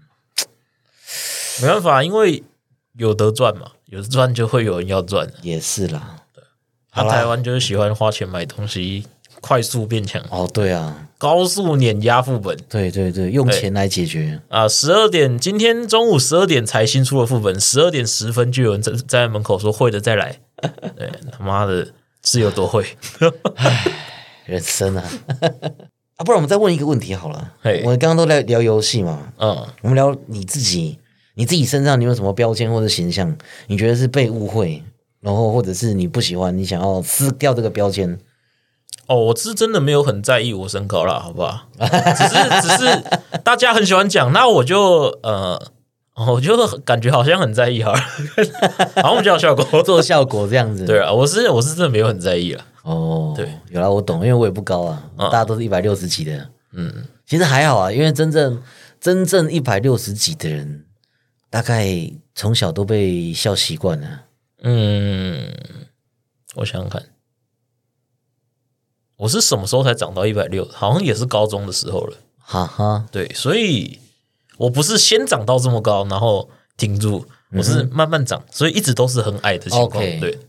没办法，因为有得赚嘛，有得赚就会有人要赚。 也是啦， 台湾就是喜欢花钱买东西，快速变强。 对啊， 高速碾压副本。对， 用钱来解决 12点，今天中午12点才新出的副本，12点10分就有人在门口说会的再来。对，他妈的是有多会？ 人生啊！不然我们再问一个问题好了。我们刚刚都在聊游戏嘛，我们聊你自己身上你有什么标签或者形象？你觉得是被误会，然后或者是你不喜欢，你想要撕掉这个标签？ 我是真的没有很在意我身高啦，好不好？只是大家很喜欢讲，那我就感觉好像很在意好了，好像比较有效果， 做效果这样子。 对啊，我是真的没有很在意啦。 对，有啦，我懂，因为我也不高啊，大家都是160几的。其实还好啊，因为真正160几的人，大概从小都被笑习惯了。 我想想看，我是什么时候才长到160？好像也是高中的时候了。对，所以我不是先长到这么高，然后停住，我是慢慢长，所以一直都是很矮的情况。对，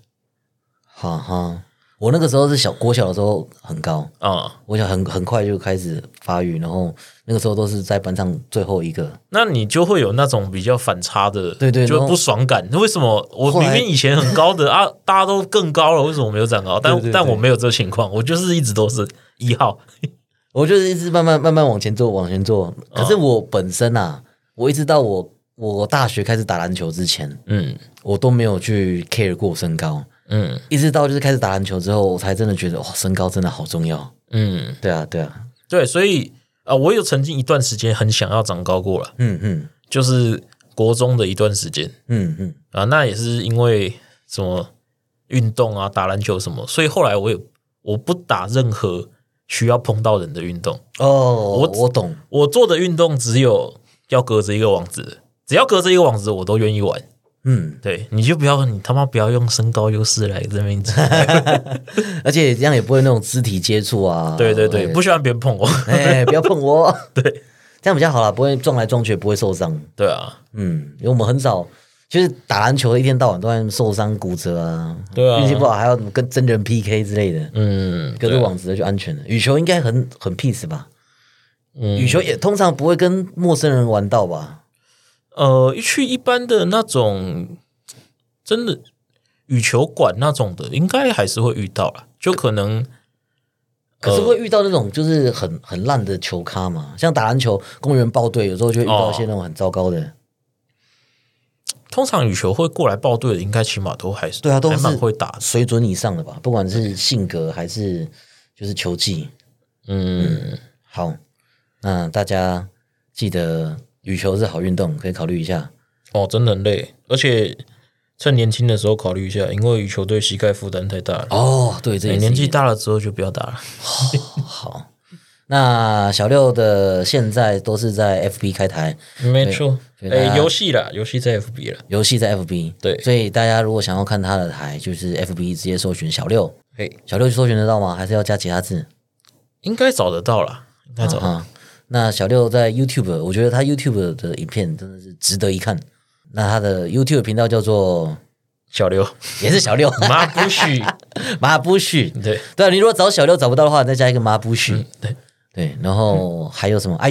我那个时候是国小的时候很高我想很快就开始发育，然后那个时候都是在班上最后一个。 那你就会有那种比较反差的， 对， 就不爽感。为什么我明明以前很高的大家都更高了，为什么我没有长高？但我没有这个情况，我就是一直都是1号。 我就是一直慢慢往前做。可是我本身我一直到我大学开始打篮球之前，我都没有去 care 过身高。一直到就是开始打篮球之后，我才真的觉得身高真的好重要。对啊， 对，所以我有曾经一段时间很想要长高过了。就是国中的一段时间。那也是因为什么运动打篮球什么，所以后来我不打任何需要碰到人的运动。 我懂， 我做的运动只有要隔着一个网子，只要隔着一个网子，我都愿意玩。对，你他妈不要用身高优势来这边讲， 而且这样也不会那种肢体接触啊。 对，不喜欢别人碰我， 不要碰我。 对， 这样比较好啦，不会撞来撞去，不会受伤。 对啊， 因为我们很少就是打篮球一天到晚都在受伤骨折啊， 对啊， 运气不好还要跟真人 PK 之类的，隔着网子的就安全了。羽球应该很 peace 吧？羽球也通常不会跟陌生人玩到吧？ 去一般的那种真的羽球馆那种的，应该还是会遇到啦，就可能。 可是会遇到那种就是很烂的球咖嘛，像打篮球公园报队，有时候就会遇到一些那种很糟糕的。 通常羽球会过来报队的，应该起码都还是对啊，都是蛮会打水准以上的吧，不管是性格还是就是球技。好，那大家记得羽球是好运动，可以考虑一下。 真的很累，而且趁年轻的时候考虑一下，因为羽球对膝盖负担太大了。 对，这也是年纪大了之后就不要打了。 好，那小六的现在都是在 FB 开台， 没错。游戏啦，游戏在 FB 了， 游戏在 FB。 对， 所以大家如果想要看他的台，就是 FB 直接搜寻小六。小六搜寻得到吗？还是要加其他字？ 应该找得到啦，应该找得到。 那小六在 YouTube， 我觉得他 YouTube 的影片真的是值得一看。那他的 YouTube 频道叫做小六， 也是小六马布许， 马布许。对，你如果找小六找不到的话，再加一个马布许。对，然后还有什么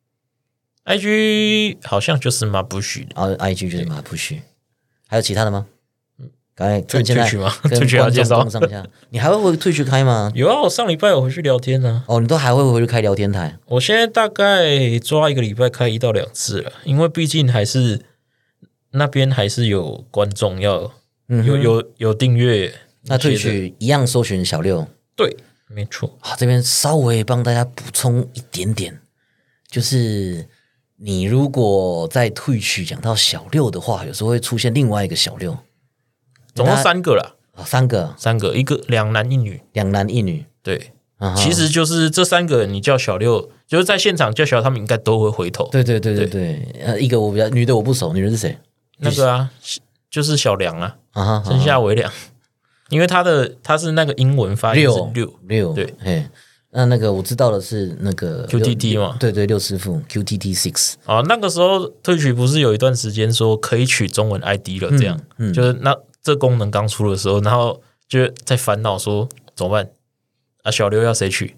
IG 好像就是马布许， 然后 IG 就是马布许。还有其他的吗？刚才退去吗？ 跟观众共上一下，你还会回退去开吗？ 有啊，我上礼拜有回去聊天啊。 你都还会回去开聊天台？ 我现在大概抓一个礼拜开1到2次了，因为毕竟还是那边还是有观众要有订阅。 那退去一样搜寻小六。 对，没错。 这边稍微帮大家补充一点点，就是你如果在退去讲到小六的话，有时候会出现另外一个小六。 总共3个啦 ，3个， 一个2男1女 ，2男1女， 对，其实就是这3个人，你叫小六，就是在现场叫小六，他们应该都会回头。 对，一个我比较女的我不熟，女的是谁？ 那个啊，就是小梁啊，生下为梁，因为他是那个英文发音是6，对， 那个我知道的是那个 QTT 嘛， 对，六师傅 QTT6。 那个时候退取不是有一段时间说可以取中文 ID 了，这样，就是这功能刚出的时候，然后就在烦恼说怎么办啊？小六要谁取？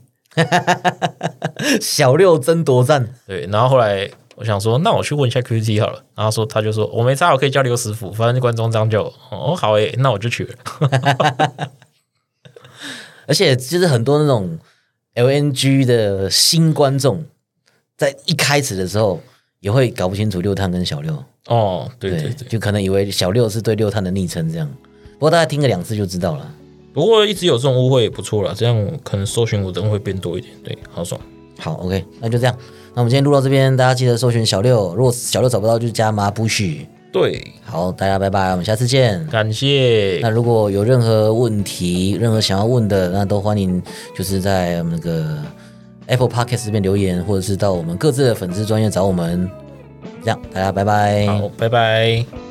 小六争夺战。 对，然后后来我想说，那我去问一下 QT 好了。然后他就说我没差，我可以叫刘师傅，反正观众这样叫我。好那我就取了。 而且就是很多那种 LNG 的新观众，在一开始的时候也会搞不清楚六探跟小六。 对， 就可能以为小六是对六探的昵称这样。不过大家听个2次就知道了。 不过一直有这种误会也不错啦，这样可能搜寻我的人会变多一点。对，好爽。 好 ，OK， 那就这样。那我们今天录到这边，大家记得搜寻小六。如果小六找不到，就加马布许。 对， 好，大家拜拜，我们下次见。 感谢。 那如果有任何问题、任何想要问的，那都欢迎就是在我们那个 Apple Podcast 这边留言，或者是到我们各自的粉丝专页找我们。这样，大家拜拜。 好，拜拜。